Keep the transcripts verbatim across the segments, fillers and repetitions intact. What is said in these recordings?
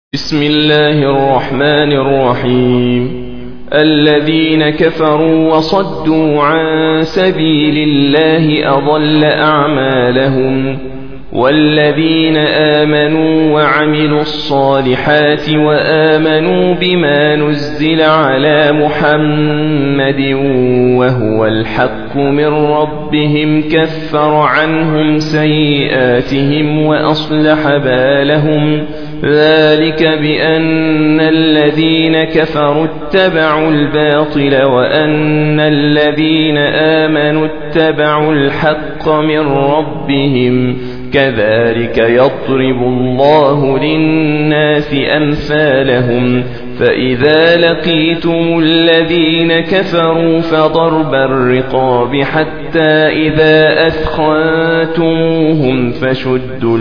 بسم الله الرحمن الرحيم. الذين كفروا وصدوا عن سبيل الله أضل أعمالهم، والذين آمنوا وعملوا الصالحات وآمنوا بما نزل على محمد وهو الحق من ربهم كفر عنهم سيئاتهم وأصلح بالهم. ذلك بأن الذين كفروا اتبعوا الباطل وأن الذين آمنوا اتبعوا الحق من ربهم. كذلك يضرب الله للناس أمثالهم. فإذا لقيتم الذين كفروا فضرب الرقاب حتى إذا أثخنتموهم فشدوا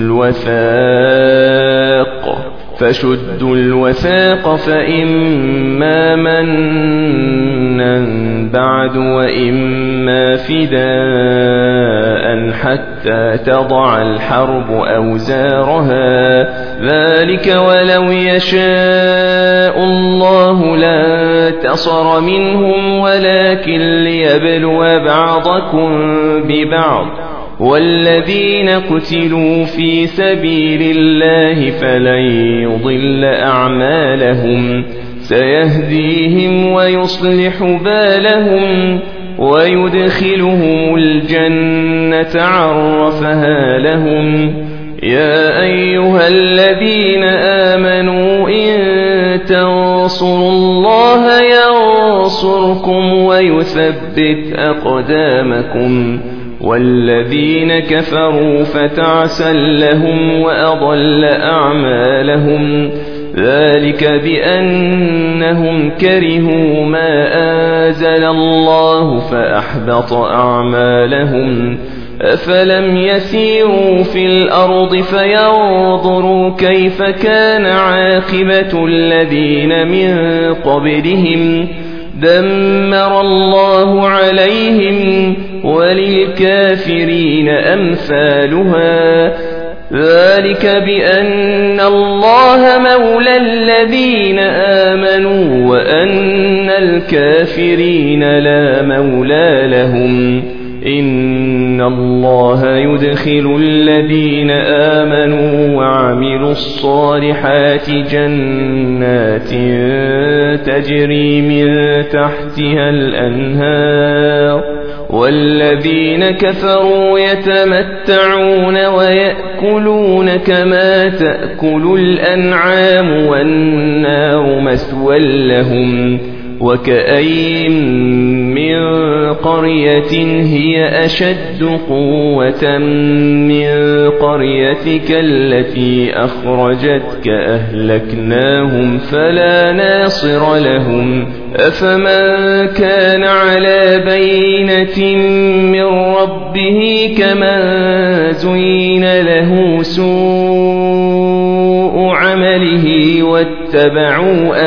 الوثاق فشدوا الوثاق فإما منا بعد وإما فداء حتى تضع الحرب أوزارها. ذلك ولو يشاء الله لانتصر منهم ولكن ليبلو بعضكم ببعض. والذين قتلوا في سبيل الله فلن يضل أعمالهم. سيهديهم ويصلح بالهم ويدخلهم الجنة عرفها لهم. يا أيها الذين آمنوا إن تنصروا الله ينصركم ويثبت أقدامكم. والذين كفروا فتعسا لهم وأضل أعمالهم. ذلك بأنهم كرهوا ما أنزل الله فأحبط أعمالهم. أفلم يسيروا في الأرض فينظروا كيف كان عاقبة الذين من قبلهم. دمر الله عليهم وللكافرين أمثالها. ذلك بأن الله مولى الذين آمنوا وأن الكافرين لا مولى لهم. إن الله يدخل الذين آمنوا وعملوا الصالحات جنات تجري من تحتها الأنهار. والذين كفروا يتمتعون ويأكلون كما تأكل الأنعام والنار مثوى لهم. وكأين من قرية هي أشد قوة من قريتك التي أخرجتك أهلكناهم فلا ناصر لهم. أفمن كان على بينة من ربه كمن زين له سوء عمله واتبعوا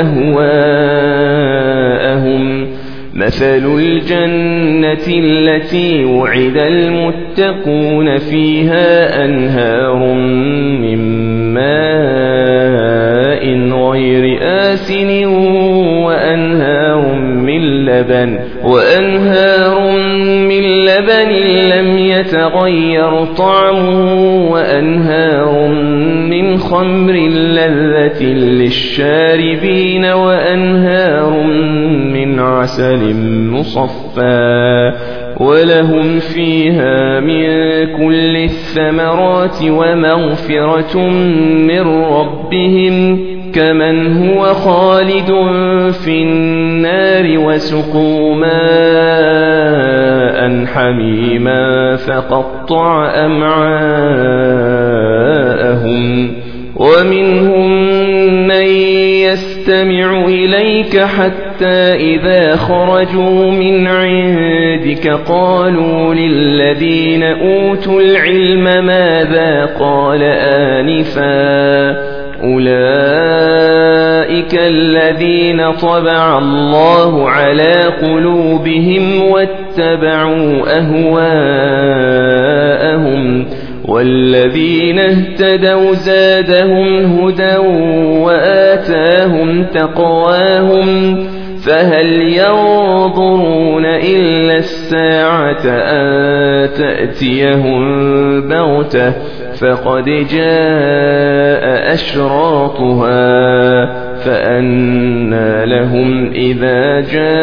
أهواءهم. مثل الجنة التي وعد المتقون فيها أنهار من ماء غير آسن وأنهار من لبن وأنهار من لبن لم يتغير طعمه وأنهار من خمر لذة للشاربين وأنهار من عسل مصفى ولهم فيها من كل الثمرات ومغفرة من ربهم كمن هو خالد في النار وسقوا ماء حميما فقطع أمعاءهم. ومنهم من يستمع إليك حتى إذا خرجوا من عندك قالوا للذين أوتوا العلم ماذا قال آنفا. أولئك الذين طبع الله على قلوبهم واتبعوا أهواءهم. والذين اهتدوا زادهم هدى وآمنوا وآتاهم تقواهم فهل ينظرون إلا الساعة أن تأتيهم بغتة فقد جاء أشراطها فأنى لهم إذا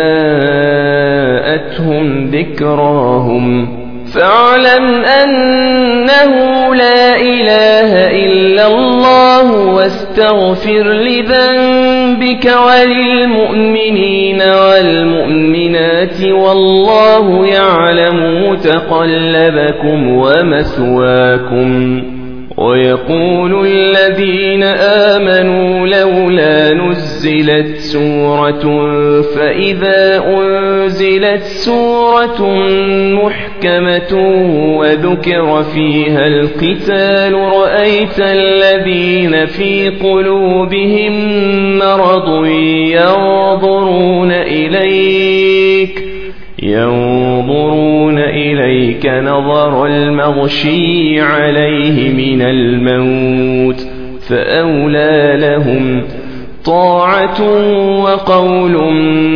جاءتهم ذكراهم فاعلم أنه لا إله إلا الله واستغفر لذنبك وللمؤمنين والمؤمنات والله يعلم متقلبكم ومثواكم. ويقول الذين آمنوا لولا نزلت سورة فإذا أنزلت سورة محكمة وذكر فيها القتال رأيت الذين في قلوبهم مرض ينظرون إليك ينظرون إليك نظر المغشي عليه من الموت فأولى لهم طاعة وقول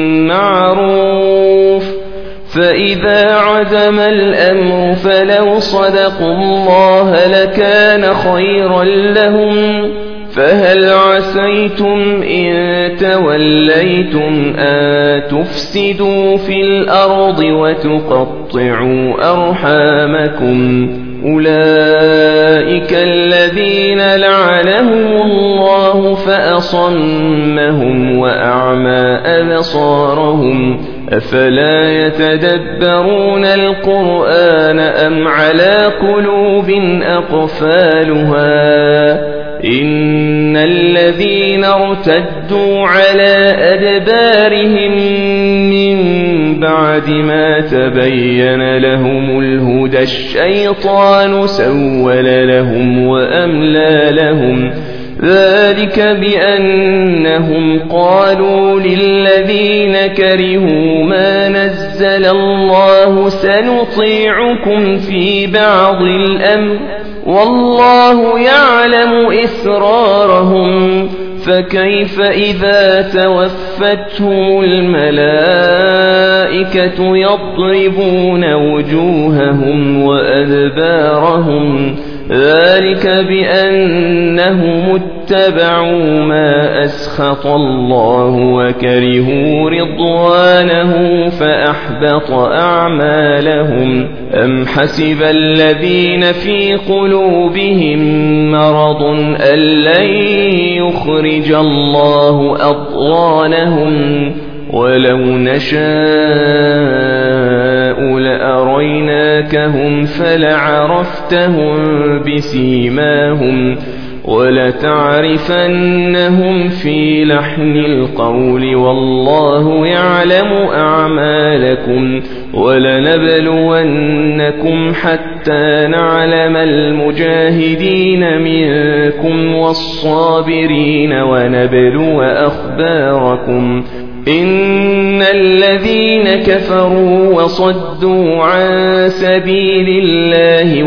معروف. فإذا عزم الأمر فلو صدقوا الله لكان خيرا لهم فهل عسيتم إن توليتم أن تفسدوا في الأرض وتقطعوا أرحامكم أولئك الذين لعنهم الله فأصمهم وأعمى أبصارهم أفلا يتدبرون القرآن أم على قلوب أقفالها إن الذين ارتدوا على أدبارهم من بعد ما تبين لهم الهدى الشيطان سول لهم وأملى لهم ذلك بأنهم قالوا للذين كرهوا ما نزل الله سنطيعكم في بعض الأمر والله يعلم إسرارهم فكيف إذا توفتهم الملائكة يضربون وجوههم وأدبارهم ذلك بأنهم اتبعوا ما أسخط الله وكرهوا رضوانه فأحبط أعمالهم. أم حسب الذين في قلوبهم مرض أن لن يخرج الله أضغانهم ولو نشاء لأريناكهم فلعرفتهم بسيماهم ولتعرفنهم في لحن القول والله يعلم أعمالكم ولنبلونكم حتى نعلم المجاهدين منكم والصابرين ونبلو أخباركم. إن الذين كفروا وصدوا عن سبيل الله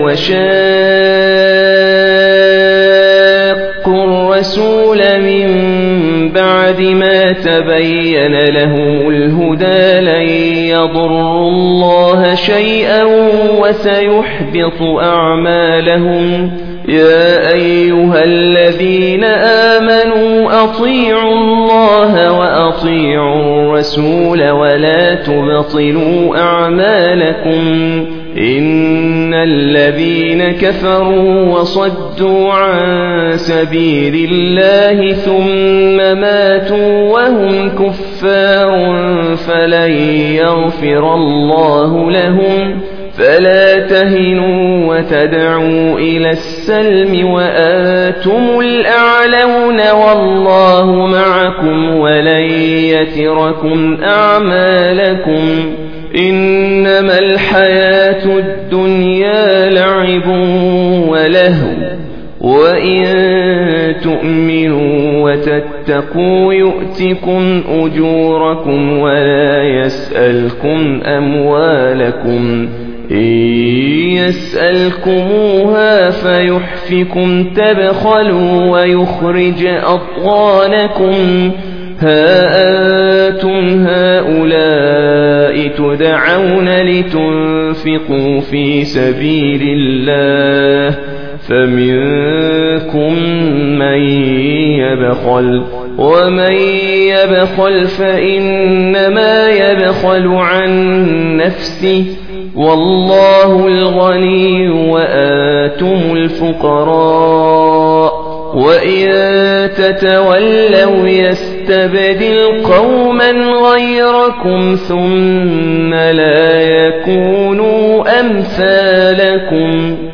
وشاقوا الرسول من بعد ما تبين لهم الهدى لن يضروا الله شيئا وسيحبط أعمالهم. يا أيها الذين آمنوا أطيعوا الله وأطيعوا الرسول ولا تبطلوا أعمالكم. إن الذين كفروا وصدوا عن سبيل الله ثم ماتوا وهم كفار فلن يغفر الله لهم فلا تهنوا وتدعوا إلى السلم وأنتم الأعلون والله معكم ولن يتركم أعمالكم. إنما الحياة الدنيا لعب ولهو وإن تؤمنوا وتتقوا يؤتكم أجوركم ولا يسألكم أموالكم إن يسألكموها فيحفكم تبخلوا ويخرج أضغانكم ها أنتم هؤلاء تدعون لتنفقوا في سبيل الله فمنكم من يبخل ومن يبخل فإنما يبخل عن نفسه والله الغني وأنتم الفقراء وإن تتولوا يستبدل قوما غيركم ثم لا يكونوا أمثالكم